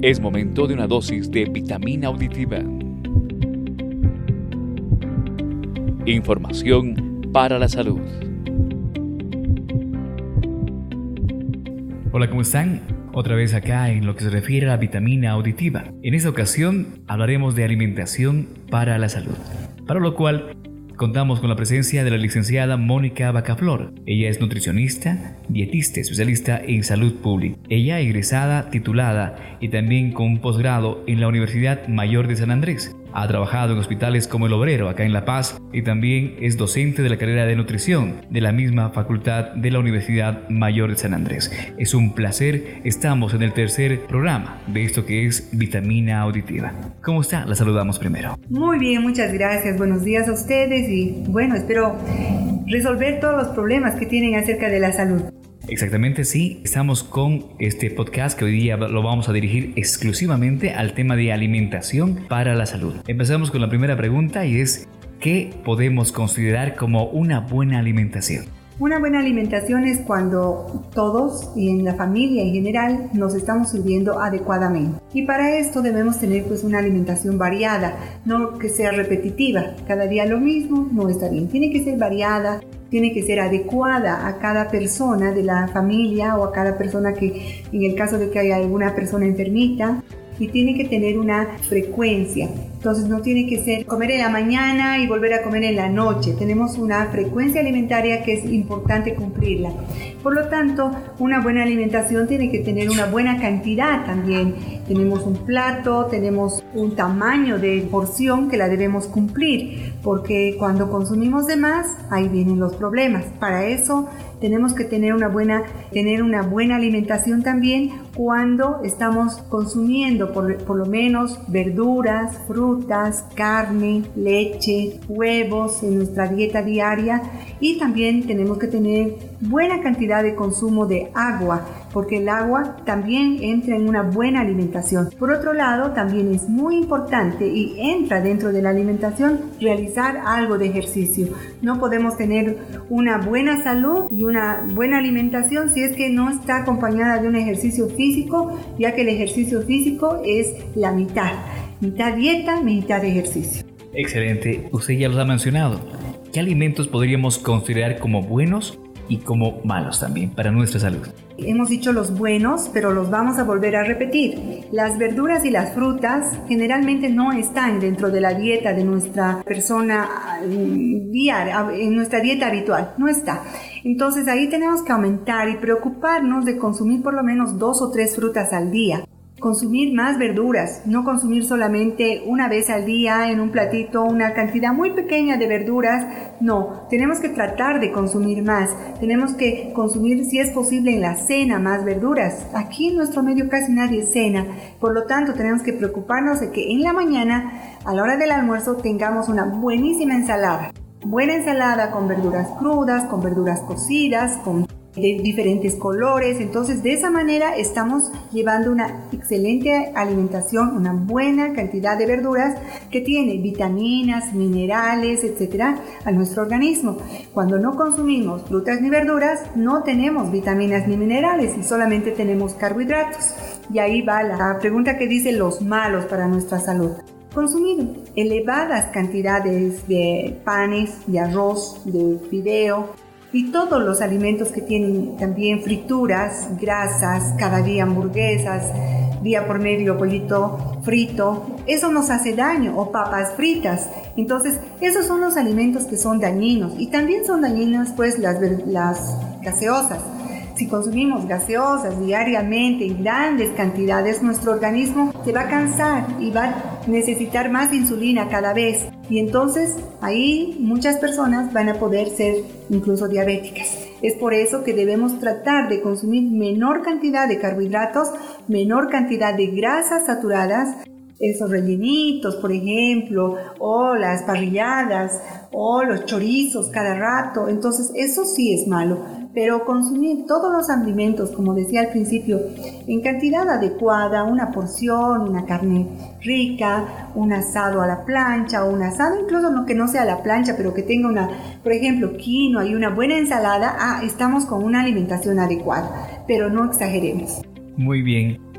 Es momento de una dosis de vitamina auditiva. Información para la salud. Hola, ¿cómo están? Otra vez acá en lo que se refiere a la vitamina auditiva. En esta ocasión hablaremos de alimentación para la salud, para lo cual contamos con la presencia de la licenciada Mónica Bacaflor. Ella es nutricionista, dietista, especialista en salud pública. Ella egresada, titulada y también con un posgrado en la Universidad Mayor de San Andrés. Ha trabajado en hospitales como El Obrero, acá en La Paz, y también es docente de la carrera de nutrición de la misma facultad de la Universidad Mayor de San Andrés. Es un placer, estamos en el tercer programa de esto que es Vitamina Auditiva. ¿Cómo está? La saludamos primero. Muy bien, muchas gracias. Buenos días a ustedes y bueno, espero resolver todos los problemas que tienen acerca de la salud. Exactamente, sí. Estamos con este podcast que hoy día lo vamos a dirigir exclusivamente al tema de alimentación para la salud. Empezamos con la primera pregunta y es: ¿qué podemos considerar como una buena alimentación? Una buena alimentación es cuando todos y en la familia en general nos estamos sirviendo adecuadamente. Y para esto debemos tener una alimentación variada, no que sea repetitiva. Cada día lo mismo no está bien. Tiene que ser variada, tiene que ser adecuada a cada persona de la familia o a cada persona que, en el caso de que haya alguna persona enfermita, y tiene que tener una frecuencia. Entonces no tiene que ser comer en la mañana y volver a comer en la noche. Tenemos una frecuencia alimentaria que es importante cumplirla. Por lo tanto, una buena alimentación tiene que tener una buena cantidad también. Tenemos un plato, tenemos un tamaño de porción que la debemos cumplir, porque cuando consumimos de más, ahí vienen los problemas. Para eso tenemos que tener una buena alimentación también cuando estamos consumiendo por lo menos verduras, frutas, carne, leche, huevos en nuestra dieta diaria, y también tenemos que tener buena cantidad de consumo de agua, porque el agua también entra en una buena alimentación. Por otro lado, también es muy importante y entra dentro de la alimentación realizar algo de ejercicio. No podemos tener una buena salud y una buena alimentación si es que no está acompañada de un ejercicio físico, ya que el ejercicio físico es la mitad dieta, mitad ejercicio. Excelente, usted ya los ha mencionado. ¿Qué alimentos podríamos considerar como buenos y como malos también para nuestra salud? Hemos dicho los buenos, pero los vamos a volver a repetir. Las verduras y las frutas generalmente no están dentro de la dieta de nuestra persona diaria, en nuestra dieta habitual, no está. Entonces ahí tenemos que aumentar y preocuparnos de consumir por lo menos 2 o 3 frutas al día. Consumir más verduras, no consumir solamente una vez al día en un platito una cantidad muy pequeña de verduras. No, tenemos que tratar de consumir más. Tenemos que consumir, si es posible, en la cena más verduras. Aquí en nuestro medio casi nadie cena, por lo tanto tenemos que preocuparnos de que en la mañana, a la hora del almuerzo, tengamos una buenísima ensalada. Buena ensalada con verduras crudas, con verduras cocidas, de diferentes colores. Entonces de esa manera estamos llevando una excelente alimentación, una buena cantidad de verduras que tiene vitaminas, minerales, etcétera, a nuestro organismo. Cuando no consumimos frutas ni verduras, no tenemos vitaminas ni minerales y solamente tenemos carbohidratos. Y ahí va la pregunta que dice los malos para nuestra salud. Consumir elevadas cantidades de panes, de arroz, de fideo, y todos los alimentos que tienen también frituras, grasas, cada día hamburguesas, día por medio pollito frito, eso nos hace daño, o papas fritas. Entonces, esos son los alimentos que son dañinos, y también son dañinas pues las gaseosas. Si consumimos gaseosas diariamente en grandes cantidades, nuestro organismo se va a cansar y va a necesitar más insulina cada vez. Y entonces ahí muchas personas van a poder ser incluso diabéticas. Es por eso que debemos tratar de consumir menor cantidad de carbohidratos, menor cantidad de grasas saturadas, esos rellenitos, por ejemplo, o las parrilladas, o los chorizos cada rato. Entonces eso sí es malo. Pero consumir todos los alimentos, como decía al principio, en cantidad adecuada, una porción, una carne rica, un asado a la plancha, o un asado incluso que no sea a la plancha, pero que tenga por ejemplo, quinoa y una buena ensalada, estamos con una alimentación adecuada, pero no exageremos. Muy bien.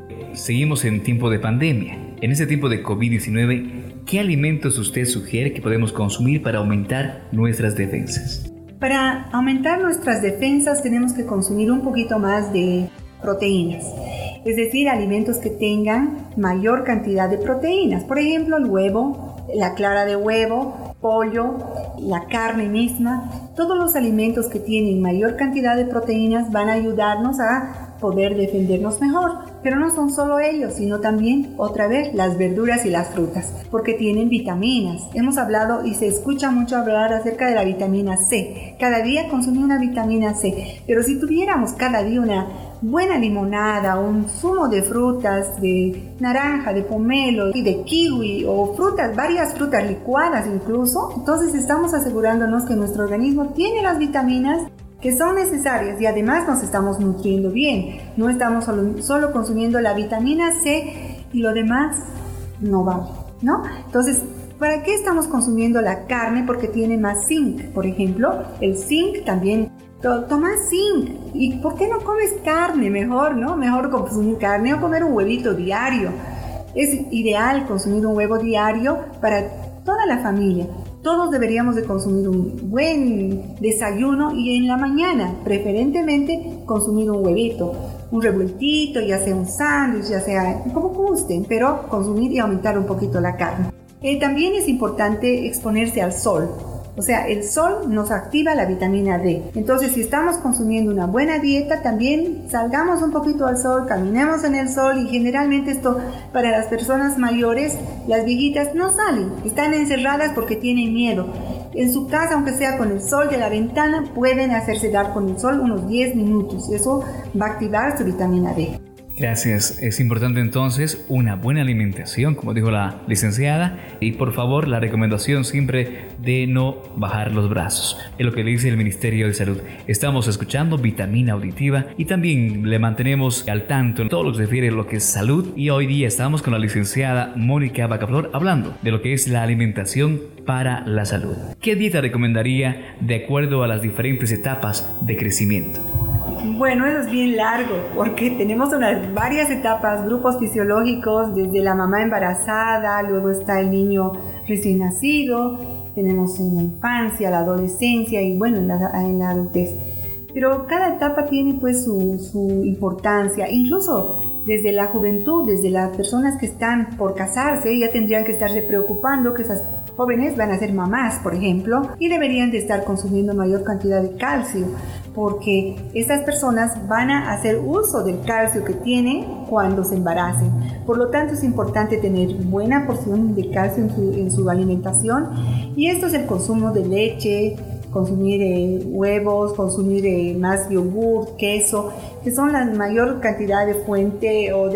Seguimos en tiempo de pandemia. En este tiempo de COVID-19, ¿qué alimentos usted sugiere que podemos consumir para aumentar nuestras defensas? Para aumentar nuestras defensas tenemos que consumir un poquito más de proteínas, es decir, alimentos que tengan mayor cantidad de proteínas. Por ejemplo, el huevo, la clara de huevo, pollo, la carne misma. Todos los alimentos que tienen mayor cantidad de proteínas van a ayudarnos a poder defendernos mejor. Pero no son solo ellos, sino también, otra vez, las verduras y las frutas, porque tienen vitaminas. Hemos hablado y se escucha mucho hablar acerca de la vitamina C. Cada día consumir una vitamina C, pero si tuviéramos cada día una buena limonada, un zumo de frutas, de naranja, de pomelo y de kiwi, o frutas, varias frutas licuadas incluso, entonces estamos asegurándonos que nuestro organismo tiene las vitaminas que son necesarias y además nos estamos nutriendo bien. No estamos solo consumiendo la vitamina C y lo demás no vale, ¿no? Entonces, ¿para qué estamos consumiendo la carne? Porque tiene más zinc, por ejemplo. El zinc también, toma zinc. ¿Y por qué no comes carne? Mejor, ¿no? Mejor consumir carne o comer un huevito diario. Es ideal consumir un huevo diario para toda la familia. Todos deberíamos de consumir un buen desayuno y en la mañana, preferentemente, consumir un huevito, un revueltito, ya sea un sándwich, ya sea como gusten, pero consumir y aumentar un poquito la carne. También es importante exponerse al sol. O sea, el sol nos activa la vitamina D. Entonces, si estamos consumiendo una buena dieta, también salgamos un poquito al sol, caminemos en el sol y generalmente esto para las personas mayores, las viejitas no salen, están encerradas porque tienen miedo. En su casa, aunque sea con el sol de la ventana, pueden hacerse dar con el sol unos 10 minutos. Eso va a activar su vitamina D. Gracias. Es importante entonces una buena alimentación, como dijo la licenciada, y por favor la recomendación siempre de no bajar los brazos. Es lo que le dice el Ministerio de Salud. Estamos escuchando Vitamina Auditiva y también le mantenemos al tanto en todo lo que se refiere a lo que es salud. Y hoy día estamos con la licenciada Mónica Bacaflor hablando de lo que es la alimentación para la salud. ¿Qué dieta recomendaría de acuerdo a las diferentes etapas de crecimiento? Bueno, eso es bien largo porque tenemos varias etapas, grupos fisiológicos, desde la mamá embarazada, luego está el niño recién nacido, tenemos en la infancia, la adolescencia y bueno, en la adultez. Pero cada etapa tiene pues su importancia, incluso desde la juventud, desde las personas que están por casarse, ya tendrían que estarse preocupando que esas jóvenes van a ser mamás, por ejemplo, y deberían de estar consumiendo mayor cantidad de calcio, porque estas personas van a hacer uso del calcio que tienen cuando se embaracen. Por lo tanto, es importante tener buena porción de calcio en su alimentación, y esto es el consumo de leche, consumir huevos, consumir más yogur, queso, que son la mayor cantidad de fuente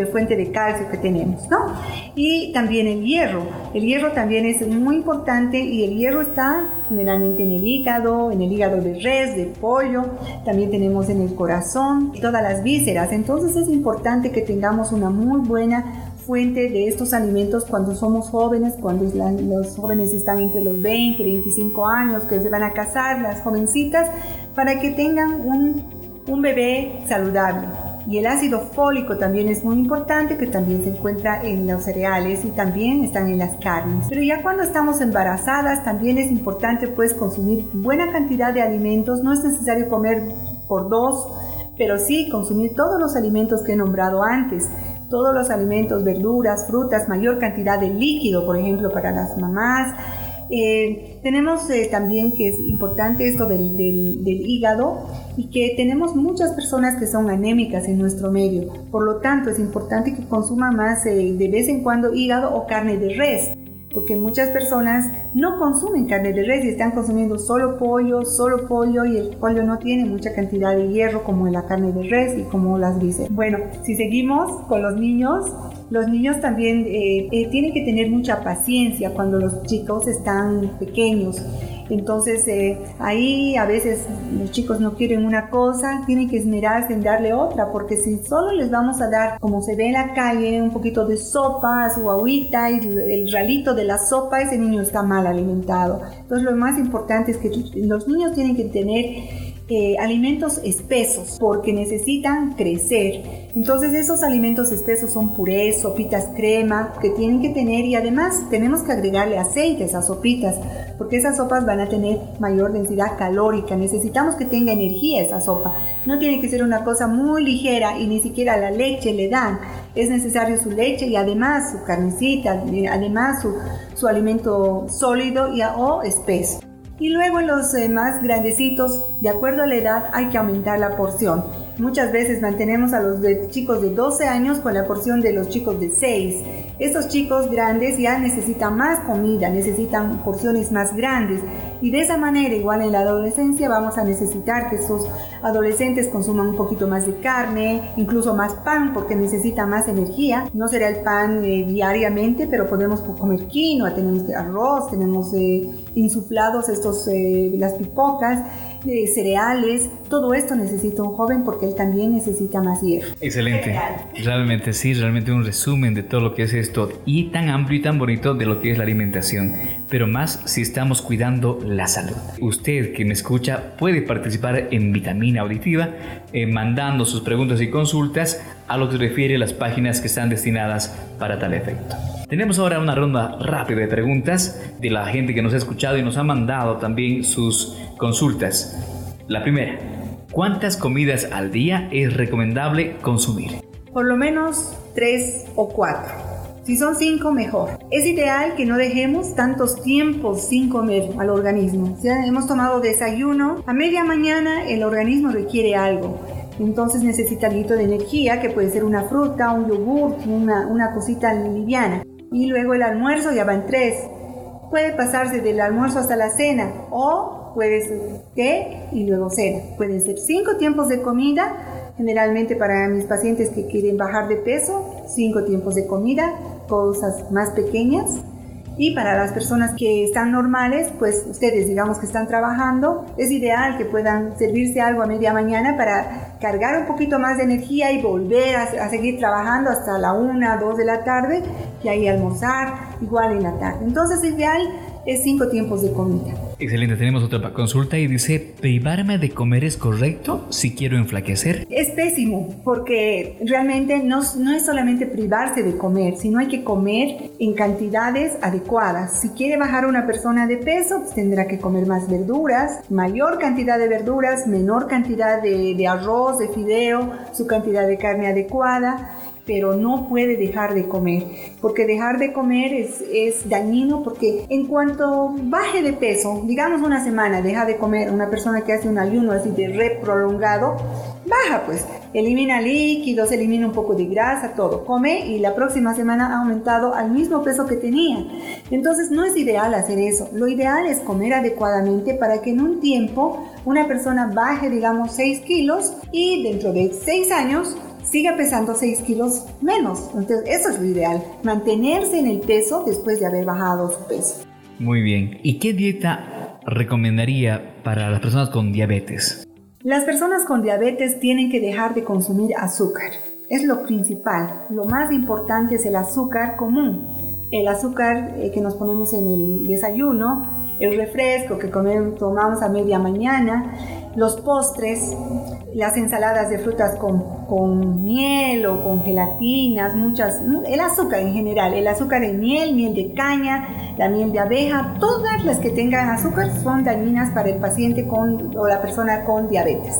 de calcio que tenemos, ¿no? Y también el hierro. El hierro también es muy importante y el hierro está generalmente en el hígado de res, de pollo, también tenemos en el corazón, todas las vísceras. Entonces es importante que tengamos una muy buena fuente de estos alimentos cuando somos jóvenes, cuando los jóvenes están entre los 20 y 25 años, que se van a casar, las jovencitas, para que tengan un bebé saludable. Y el ácido fólico también es muy importante, que también se encuentra en los cereales y también están en las carnes. Pero ya cuando estamos embarazadas también es importante pues consumir buena cantidad de alimentos. No es necesario comer por 2, pero sí consumir todos los alimentos que he nombrado antes. Todos los alimentos, verduras, frutas, mayor cantidad de líquido, por ejemplo, para las mamás. Tenemos también que es importante esto del hígado y que tenemos muchas personas que son anémicas en nuestro medio. Por lo tanto, es importante que consuma más de vez en cuando hígado o carne de res, porque muchas personas no consumen carne de res y están consumiendo solo pollo y el pollo no tiene mucha cantidad de hierro como en la carne de res y como las vísceras. Bueno, si seguimos con los niños también tienen que tener mucha paciencia cuando los chicos están pequeños. Entonces ahí a veces los chicos no quieren una cosa, tienen que esmerarse en darle otra, porque si solo les vamos a dar, como se ve en la calle, un poquito de sopa, su agüita y el ralito de la sopa, ese niño está mal alimentado. Entonces lo más importante es que los niños tienen que tener alimentos espesos porque necesitan crecer. Entonces esos alimentos espesos son purés, sopitas crema que tienen que tener, y además tenemos que agregarle aceite a esas sopitas porque esas sopas van a tener mayor densidad calórica. Necesitamos que tenga energía esa sopa. No tiene que ser una cosa muy ligera y ni siquiera la leche le dan. Es necesario su leche y además su carnecita, además su alimento sólido o espeso. Y luego en los más grandecitos, de acuerdo a la edad, hay que aumentar la porción. Muchas veces mantenemos a los chicos de 12 años con la porción de los chicos de 6. Estos chicos grandes ya necesitan más comida, necesitan porciones más grandes. Y de esa manera, igual en la adolescencia, vamos a necesitar que esos adolescentes consuman un poquito más de carne, incluso más pan, porque necesitan más energía. No será el pan diariamente, pero podemos comer quinoa, tenemos arroz, tenemos insuflados las pipocas, cereales. Todo esto necesita un joven porque él también necesita más hierro. Excelente. Realmente sí, realmente un resumen de todo lo que es esto, y tan amplio y tan bonito de lo que es la alimentación, pero más si estamos cuidando la salud. Usted que me escucha puede participar en Vitamina Auditiva mandando sus preguntas y consultas a lo que se refiere a las páginas que están destinadas para tal efecto. Tenemos ahora una ronda rápida de preguntas de la gente que nos ha escuchado y nos ha mandado también sus consultas. La primera: ¿cuántas comidas al día es recomendable consumir? Por lo menos 3 o 4. Si son 5, mejor. Es ideal que no dejemos tantos tiempos sin comer al organismo. Si hemos tomado desayuno, a media mañana el organismo requiere algo. Entonces necesita algo de energía, que puede ser una fruta, un yogur, una cosita liviana. Y luego el almuerzo ya va en 3. Puede pasarse del almuerzo hasta la cena, o puede ser té y luego cena. Pueden ser 5 tiempos de comida. Generalmente para mis pacientes que quieren bajar de peso, 5 tiempos de comida, cosas más pequeñas. Y para las personas que están normales, pues ustedes digamos que están trabajando, es ideal que puedan servirse algo a media mañana para cargar un poquito más de energía y volver a seguir trabajando hasta la 1, 2 de la tarde, y ahí almorzar igual en la tarde. Entonces ideal es 5 tiempos de comida. Excelente, tenemos otra consulta y dice: ¿privarme de comer es correcto si quiero enflaquecer? Es pésimo, porque realmente no es solamente privarse de comer, sino hay que comer en cantidades adecuadas. Si quiere bajar una persona de peso, pues tendrá que comer más verduras, mayor cantidad de verduras, menor cantidad de arroz, de fideo, su cantidad de carne adecuada. Pero no puede dejar de comer, porque dejar de comer es dañino, porque en cuanto baje de peso, digamos una semana, deja de comer, una persona que hace un ayuno así de prolongado, baja pues, elimina líquidos, elimina un poco de grasa, todo, come y la próxima semana ha aumentado al mismo peso que tenía. Entonces no es ideal hacer eso. Lo ideal es comer adecuadamente para que en un tiempo una persona baje, digamos, 6 kilos y dentro de 6 años siga pesando 6 kilos menos. Entonces eso es lo ideal, mantenerse en el peso después de haber bajado su peso. Muy bien. ¿Y qué dieta recomendaría para las personas con diabetes? Las personas con diabetes tienen que dejar de consumir azúcar. Es lo principal. Lo más importante es el azúcar común. El azúcar que nos ponemos en el desayuno, el refresco que tomamos a media mañana, los postres, las ensaladas de frutas con miel o con gelatinas, el azúcar en general, el azúcar de miel de caña, la miel de abeja, todas las que tengan azúcar son dañinas para el paciente o la persona con diabetes.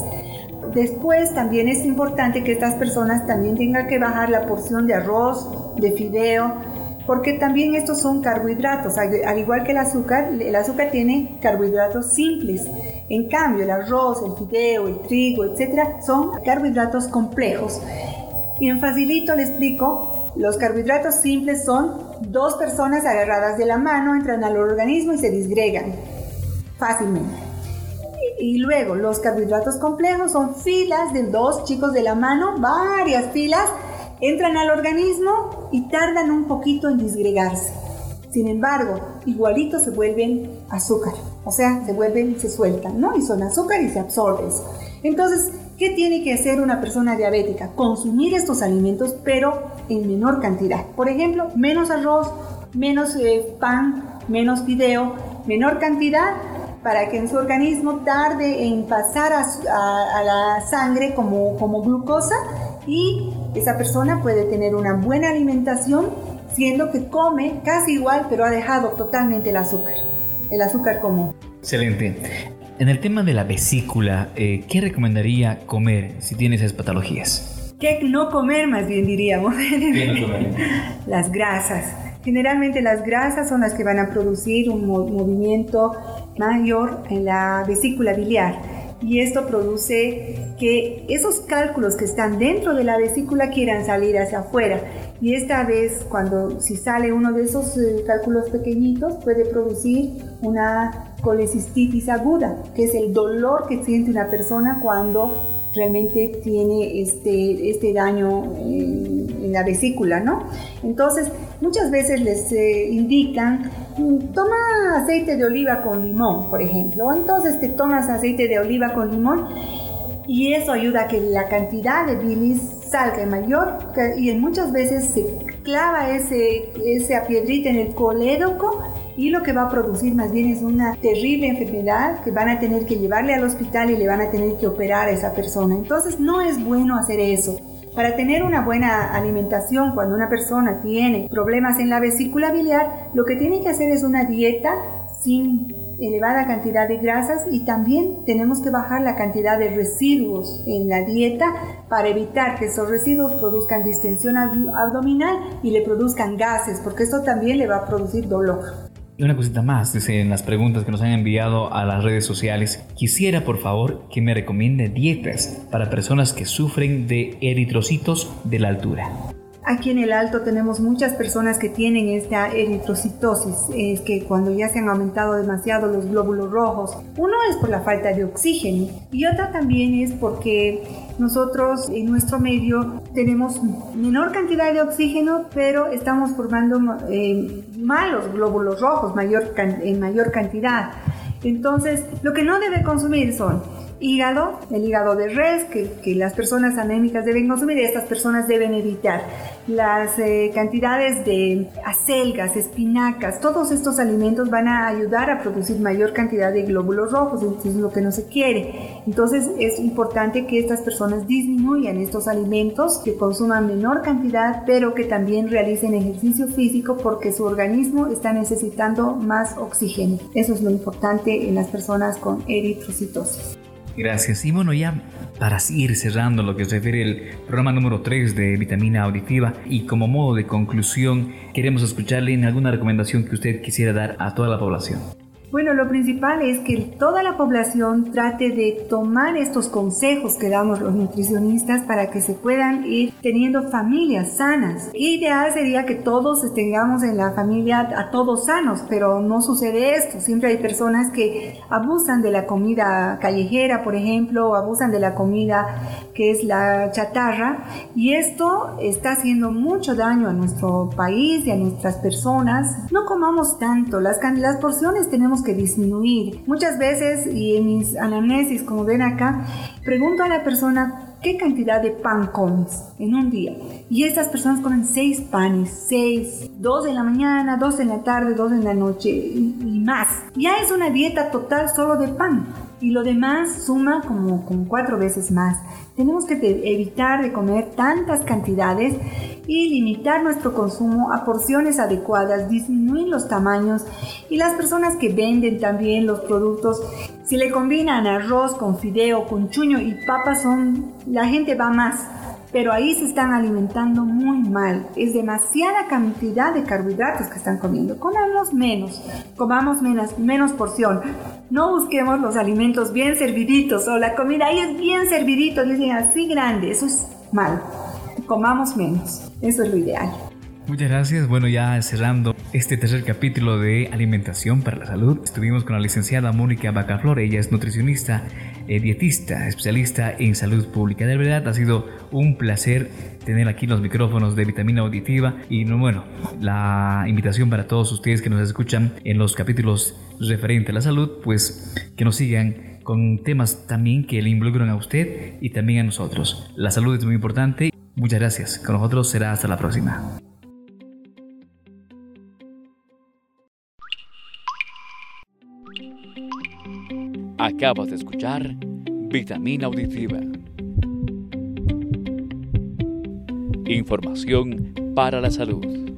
Después también es importante que estas personas también tengan que bajar la porción de arroz, de fideo, porque también estos son carbohidratos. Al igual que el azúcar tiene carbohidratos simples. En cambio, el arroz, el fideo, el trigo, etcétera, son carbohidratos complejos. Y en facilito le explico, los carbohidratos simples son 2 personas agarradas de la mano, entran al organismo y se disgregan fácilmente. Y luego los carbohidratos complejos son filas de 2 chicos de la mano, varias filas, entran al organismo y tardan un poquito en disgregarse. Sin embargo, igualito se vuelven azúcar, o sea, se sueltan, ¿no? Y son azúcar y se absorbe eso. Entonces, ¿qué tiene que hacer una persona diabética? Consumir estos alimentos, pero en menor cantidad. Por ejemplo, menos arroz, menos pan, menos fideo, menor cantidad, para que en su organismo tarde en pasar a la sangre como glucosa, y esa persona puede tener una buena alimentación, siendo que come casi igual, pero ha dejado totalmente el azúcar común. Excelente. En el tema de la vesícula, ¿qué recomendaría comer si tiene esas patologías? ¿Qué no comer, más bien diríamos? ¿Qué no comer? Las grasas. Generalmente las grasas son las que van a producir un movimiento mayor en la vesícula biliar. Y esto produce que esos cálculos que están dentro de la vesícula quieran salir hacia afuera. Y esta vez, si sale uno de esos cálculos pequeñitos, puede producir una colecistitis aguda, que es el dolor que siente una persona cuando realmente tiene este daño en la vesícula, ¿no? Entonces, muchas veces les indican, toma aceite de oliva con limón, por ejemplo. Entonces te tomas aceite de oliva con limón y eso ayuda a que la cantidad de bilis salga mayor, y muchas veces se clava esa piedrita en el colédoco, y lo que va a producir más bien es una terrible enfermedad que van a tener que llevarle al hospital y le van a tener que operar a esa persona. Entonces no es bueno hacer eso. Para tener una buena alimentación, cuando una persona tiene problemas en la vesícula biliar, lo que tiene que hacer es una dieta sin elevada cantidad de grasas, y también tenemos que bajar la cantidad de residuos en la dieta para evitar que esos residuos produzcan distensión abdominal y le produzcan gases, porque esto también le va a producir dolor. Y una cosita más, dice en las preguntas que nos han enviado a las redes sociales, quisiera por favor que me recomiende dietas para personas que sufren de eritrocitos de la altura. Aquí en el Alto tenemos muchas personas que tienen esta eritrocitosis, es que cuando ya se han aumentado demasiado los glóbulos rojos, uno es por la falta de oxígeno y otra también es porque nosotros en nuestro medio tenemos menor cantidad de oxígeno, pero estamos formando malos glóbulos rojos en mayor cantidad. Entonces, lo que no debe consumir son el hígado de res, que las personas anémicas deben consumir, y estas personas deben evitar las cantidades de acelgas, espinacas. Todos estos alimentos van a ayudar a producir mayor cantidad de glóbulos rojos, entonces es lo que no se quiere. Entonces es importante que estas personas disminuyan estos alimentos, que consuman menor cantidad, pero que también realicen ejercicio físico, porque su organismo está necesitando más oxígeno. Eso es lo importante en las personas con eritrocitosis. Gracias. Y bueno, ya para ir cerrando lo que se refiere al programa número 3 de Vitamina Auditiva, y como modo de conclusión, queremos escucharle en alguna recomendación que usted quisiera dar a toda la población. Bueno, lo principal es que toda la población trate de tomar estos consejos que damos los nutricionistas para que se puedan ir teniendo familias sanas. Ideal sería que todos tengamos en la familia a todos sanos, pero no sucede esto. Siempre hay personas que abusan de la comida callejera, por ejemplo, o abusan de la comida que es la chatarra, y esto está haciendo mucho daño a nuestro país y a nuestras personas. No comamos tanto, las porciones tenemos que disminuir. Muchas veces, y en mis anamnesis, como ven acá, pregunto a la persona qué cantidad de pan comes en un día, y estas personas comen 6 panes, 2 en la mañana, 2 en la tarde, 2 en la noche y más. Ya es una dieta total solo de pan, y lo demás suma como 4 veces más. Tenemos que evitar de comer tantas cantidades y limitar nuestro consumo a porciones adecuadas, disminuir los tamaños, y las personas que venden también los productos, si le combinan arroz con fideo, con chuño y papas, la gente va más, pero ahí se están alimentando muy mal. Es demasiada cantidad de carbohidratos que están comiendo. Comamos menos porción. No busquemos los alimentos bien serviditos, o la comida ahí es bien servidito, dicen así grande, eso es mal. Comamos menos, eso es lo ideal. Muchas gracias. Bueno, ya cerrando este tercer capítulo de Alimentación para la Salud, estuvimos con la licenciada Mónica Bacaflor. Ella es nutricionista, dietista, especialista en salud pública. De verdad ha sido un placer tener aquí los micrófonos de Vitamina Auditiva, y bueno, la invitación para todos ustedes que nos escuchan en los capítulos referentes a la salud, pues que nos sigan con temas también que le involucran a usted y también a nosotros. La salud es muy importante. Muchas gracias. Con nosotros será hasta la próxima. Acabas de escuchar Vitamina Auditiva. Información para la salud.